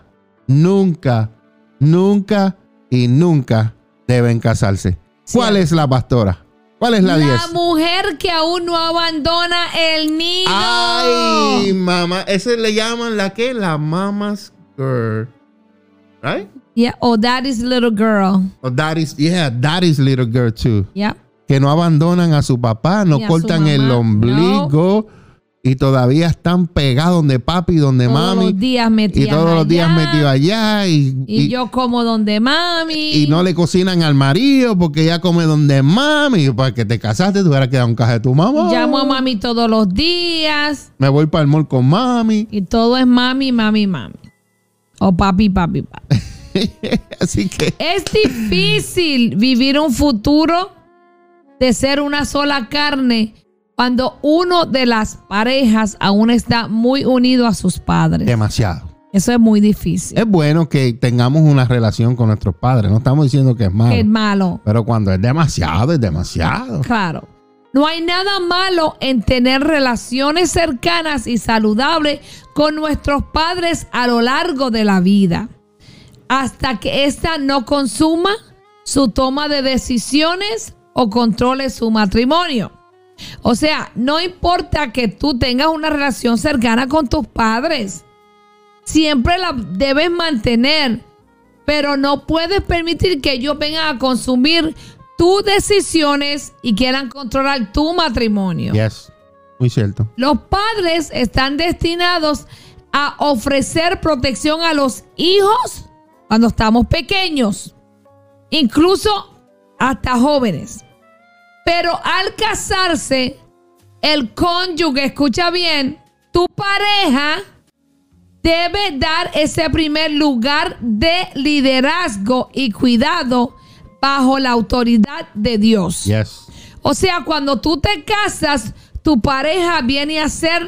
deben casarse. ¿Cuál es la, pastora? ¿Cuál es la 10? La mujer que aún no abandona el nido. Ay, mamá. Ese le llaman la ¿qué? La mama's girl. Right? Yeah, o daddy's little girl. O daddy's little girl too. Yeah. Que no abandonan a su papá, no cortan el ombligo y todavía están pegados donde papi, donde todos mami. Los días y todos los días metidos allá. Y yo como donde mami. Y no le cocinan al marido porque ella come donde mami. Para que te casaste, tú hubieras quedado en casa de tu mamá. Llamo a mami todos los días. Me voy para el mall con mami. Y todo es mami. O papi. Así que es difícil vivir un futuro de ser una sola carne cuando uno de las parejas aún está muy unido a sus padres. demasiado. Eso es muy difícil. Es bueno que tengamos una relación con nuestros padres. No estamos diciendo que es malo. Que es malo. Pero cuando es demasiado, es demasiado. Claro. No hay nada malo en tener relaciones cercanas y saludables con nuestros padres a lo largo de la vida, hasta que ésta no consuma su toma de decisiones o controle su matrimonio. O sea, no importa que tú tengas una relación cercana con tus padres, siempre la debes mantener, pero no puedes permitir que ellos vengan a consumir tus decisiones y quieran controlar tu matrimonio. Yes, muy cierto. Los padres están destinados a ofrecer protección a los hijos cuando estamos pequeños, incluso hasta jóvenes. Pero al casarse, el cónyuge, escucha bien, tu pareja debe dar ese primer lugar de liderazgo y cuidado bajo la autoridad de Dios. Yes. O sea, cuando tú te casas, tu pareja viene a ser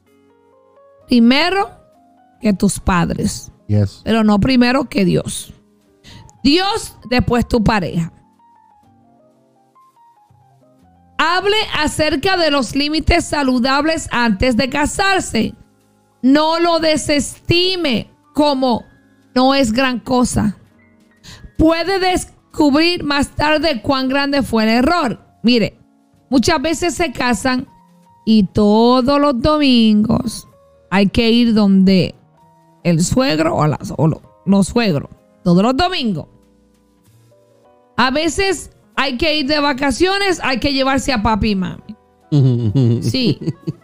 primero que tus padres. Yes. Pero no primero que Dios. Dios, después tu pareja. Hable acerca de los límites saludables antes de casarse. No lo desestime como no es gran cosa. Puede descubrir más tarde cuán grande fue el error. Mire, muchas veces se casan y todos los domingos hay que ir donde el suegro o los suegros. Todos los domingos. A veces hay que ir de vacaciones, hay que llevarse a papi y mami. Sí.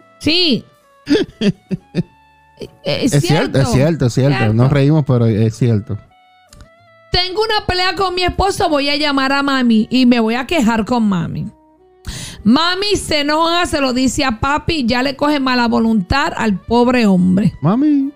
Es cierto. Es cierto. Nos reímos, pero es cierto. Tengo una pelea con mi esposo, voy a llamar a mami y me voy a quejar con mami. Mami se enoja, se lo dice a papi y ya le coge mala voluntad al pobre hombre. Mami.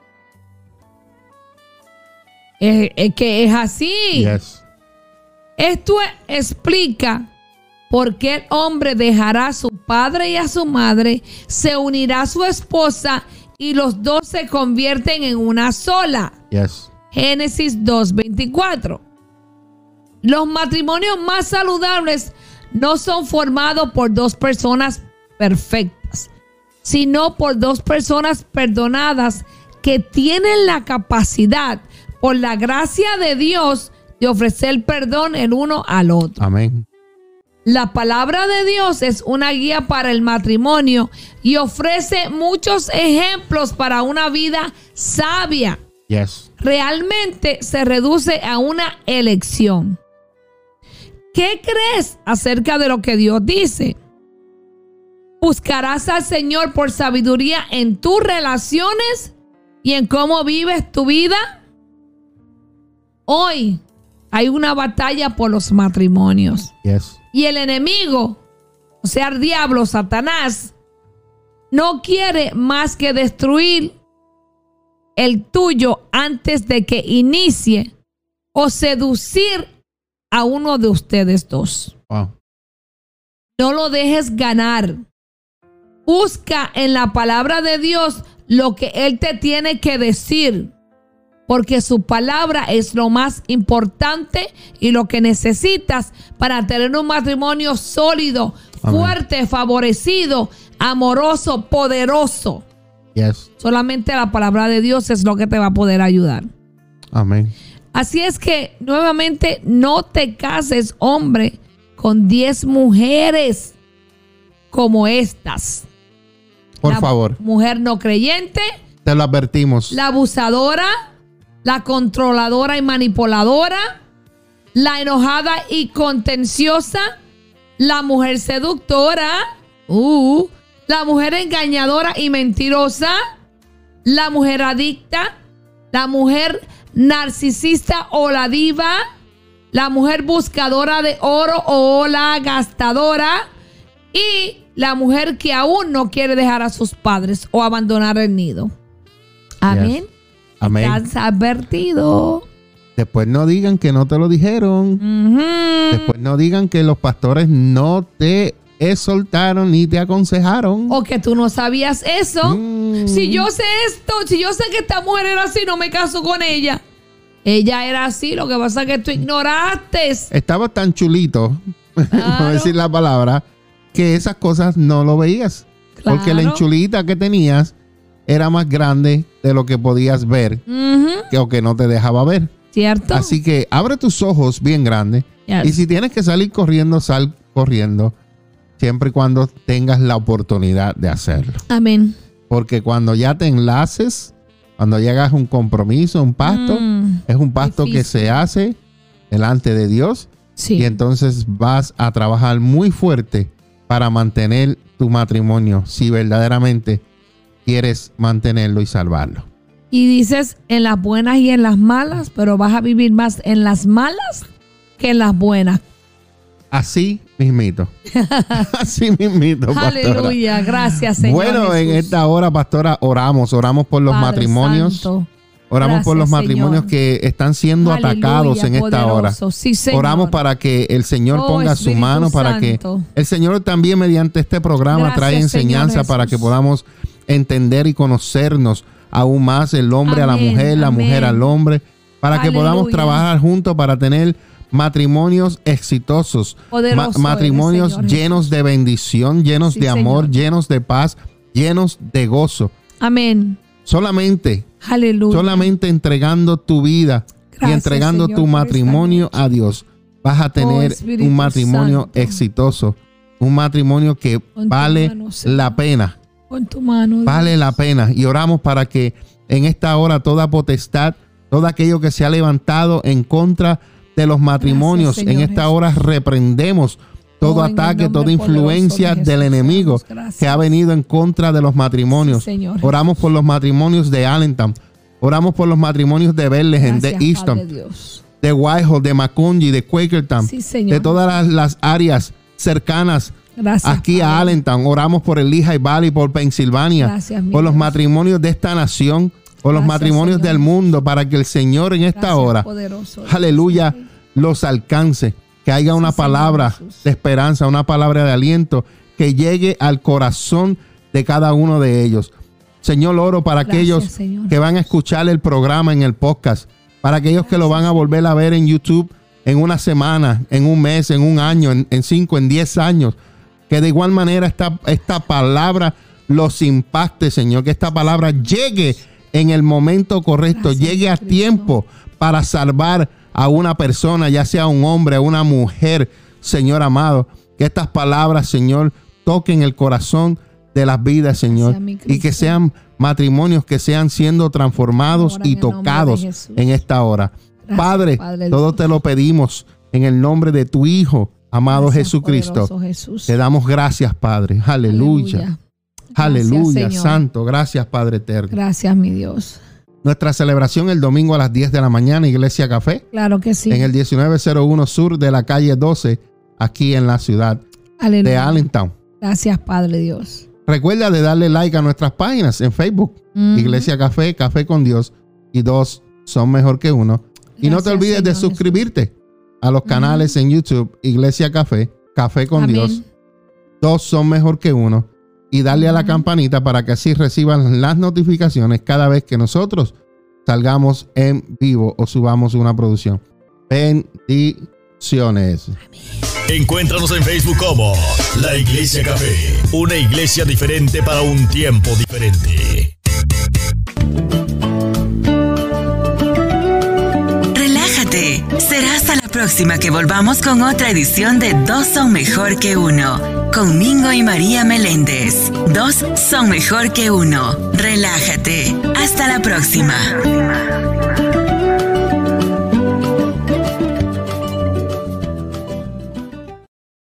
Es que es así. Yes. Esto explica por qué el hombre dejará a su padre y a su madre, se unirá a su esposa y los dos se convierten en una sola. Yes. Génesis 2:24. Los matrimonios más saludables no son formados por dos personas perfectas, sino por dos personas perdonadas que tienen la capacidad, por la gracia de Dios, de ofrecer perdón el uno al otro. Amén. La palabra de Dios es una guía para el matrimonio y ofrece muchos ejemplos para una vida sabia. Yes. Realmente se reduce a una elección. ¿Qué crees acerca de lo que Dios dice? ¿Buscarás al Señor por sabiduría en tus relaciones y en cómo vives tu vida? Hoy hay una batalla por los matrimonios. Yes. Y el enemigo, o sea, el diablo, Satanás, no quiere más que destruir el tuyo antes de que inicie o seducir a uno de ustedes dos. Wow. No lo dejes ganar. Busca en la palabra de Dios lo que Él te tiene que decir, porque su palabra es lo más importante y lo que necesitas para tener un matrimonio sólido, Amén. fuerte, favorecido, amoroso, poderoso. Yes. Solamente la palabra de Dios es lo que te va a poder ayudar. Amén. Así es que, nuevamente, no te cases, hombre, con 10 mujeres como estas. Por favor. Mujer no creyente, Te lo advertimos. la abusadora, la controladora y manipuladora, la enojada y contenciosa, la mujer seductora, la mujer engañadora y mentirosa, la mujer adicta, la mujer narcisista o la diva, la mujer buscadora de oro o la gastadora y la mujer que aún no quiere dejar a sus padres o abandonar el nido. Amén. Yes. Amén. Estás advertido. Después no digan que no te lo dijeron. Después no digan que los pastores no te exhortaron ni te aconsejaron. O que tú no sabías eso. Si yo sé esto, si yo sé que esta mujer era así, no me caso con ella. Ella era así, lo que pasa es que tú ignoraste. Estaba tan chulito, Claro. no decir la palabra, que esas cosas no lo veías. Claro. Porque la enchulita que tenías era más grande de lo que podías ver, o que no te dejaba ver. ¿Cierto? Así que abre tus ojos bien grandes. Yes. Y si tienes que salir corriendo, sal corriendo. Siempre y cuando tengas la oportunidad de hacerlo. Amén. Porque cuando ya te enlaces, cuando llegas a un compromiso, un pacto, es un pacto que difícil. se hace delante de Dios. Sí. Y entonces vas a trabajar muy fuerte para mantener tu matrimonio, si verdaderamente quieres mantenerlo y salvarlo. Y dices en las buenas y en las malas, pero vas a vivir más en las malas que en las buenas. Así mismito. Así mismito, pastora. Aleluya. Gracias, Señor. Bueno, en Jesús. esta hora, pastora, oramos por los Padre matrimonios. Santo. Oramos por los Gracias, matrimonios Señor. que están siendo Aleluya, atacados en esta hora. poderoso. Sí, Señor. Oramos para que el Señor Oh, ponga su Espíritu mano, para Santo. que el Señor también mediante este programa Gracias, trae enseñanza Señor para Jesús. que podamos entender y conocernos aún más, el hombre a la Amén, mujer, la amén. mujer al hombre, para que podamos Aleluya. trabajar juntos para tener matrimonios exitosos, Poderoso matrimonios eres, Señor llenos de bendición, llenos Sí, de amor, Señor. llenos de paz, llenos de gozo. Amén. Solamente Aleluya. entregando tu vida y Gracias, entregando Señor, tu por matrimonio esta a Dios, vas a tener Espíritu un matrimonio Santo. exitoso, un matrimonio que Con tu vale mano, Señor. la pena, Con tu mano. Dios. vale la pena. Y oramos para que en esta hora toda potestad, todo aquello que se ha levantado en contra de los matrimonios, Gracias, en Señor esta Jesús. hora reprendemos todo Oh, en el ataque, nombre toda influencia poderoso de del Jesús, enemigo Dios, gracias. que ha venido en contra de los matrimonios. Sí, Señor Oramos por los matrimonios de Allentown. Oramos por los matrimonios de Bethlehem, Gracias, de Easton, Padre Dios. de Whitehall, de Macungie, de Quakertown, Sí, Señor. de todas las áreas cercanas Gracias, aquí a Padre. Allentown. Oramos por el Lehigh Valley, por Pensilvania, Gracias, mi por los Dios. matrimonios de esta nación, por los Gracias, matrimonios Señor. del mundo, para que el Señor en esta Gracias, hora, poderoso Dios. aleluya, los alcance, que haya una Sí, Señor palabra Jesús. de esperanza, una palabra de aliento que llegue al corazón de cada uno de ellos. Señor, oro para Gracias, aquellos Señor. que van a escuchar el programa en el podcast, para aquellos que lo van a volver a ver en YouTube en una semana, en un mes, en un año, en 5, en 10 años, que de igual manera esta palabra los impacte, Señor, que esta palabra llegue en el momento correcto, Gracias, llegue a Cristo. tiempo para salvar a una persona, ya sea un hombre o una mujer, Señor amado, Que estas palabras, Señor, toquen el corazón de las vidas, Señor, y que sean matrimonios que sean siendo transformados y tocados en esta hora. Gracias, Padre, todo te lo pedimos en el nombre de tu Hijo, amado Jesucristo. Te damos gracias, Padre. Aleluya. Aleluya, Santo. Gracias, Padre eterno. Gracias, mi Dios. Nuestra celebración el domingo a las 10 de la mañana, Iglesia Café. Claro que sí. En el 1901 sur de la calle 12, aquí en la ciudad de Allentown. Gracias, Padre Dios. Recuerda de darle like a nuestras páginas en Facebook. Iglesia Café, Café con Dios y Dos Son Mejor que Uno. Y no te olvides de suscribirte a los canales en YouTube, Iglesia Café, Café con Dios, Dos Son Mejor que Uno. Y darle a la campanita para que así reciban las notificaciones cada vez que nosotros salgamos en vivo o subamos una producción. Bendiciones. Encuéntranos en Facebook como La Iglesia Café, una iglesia diferente para un tiempo diferente. Relájate, será hasta la próxima que volvamos con otra edición de Dos Son Mejor que Uno, con Mingo y María Meléndez. Dos son mejor que uno. Relájate, hasta la próxima.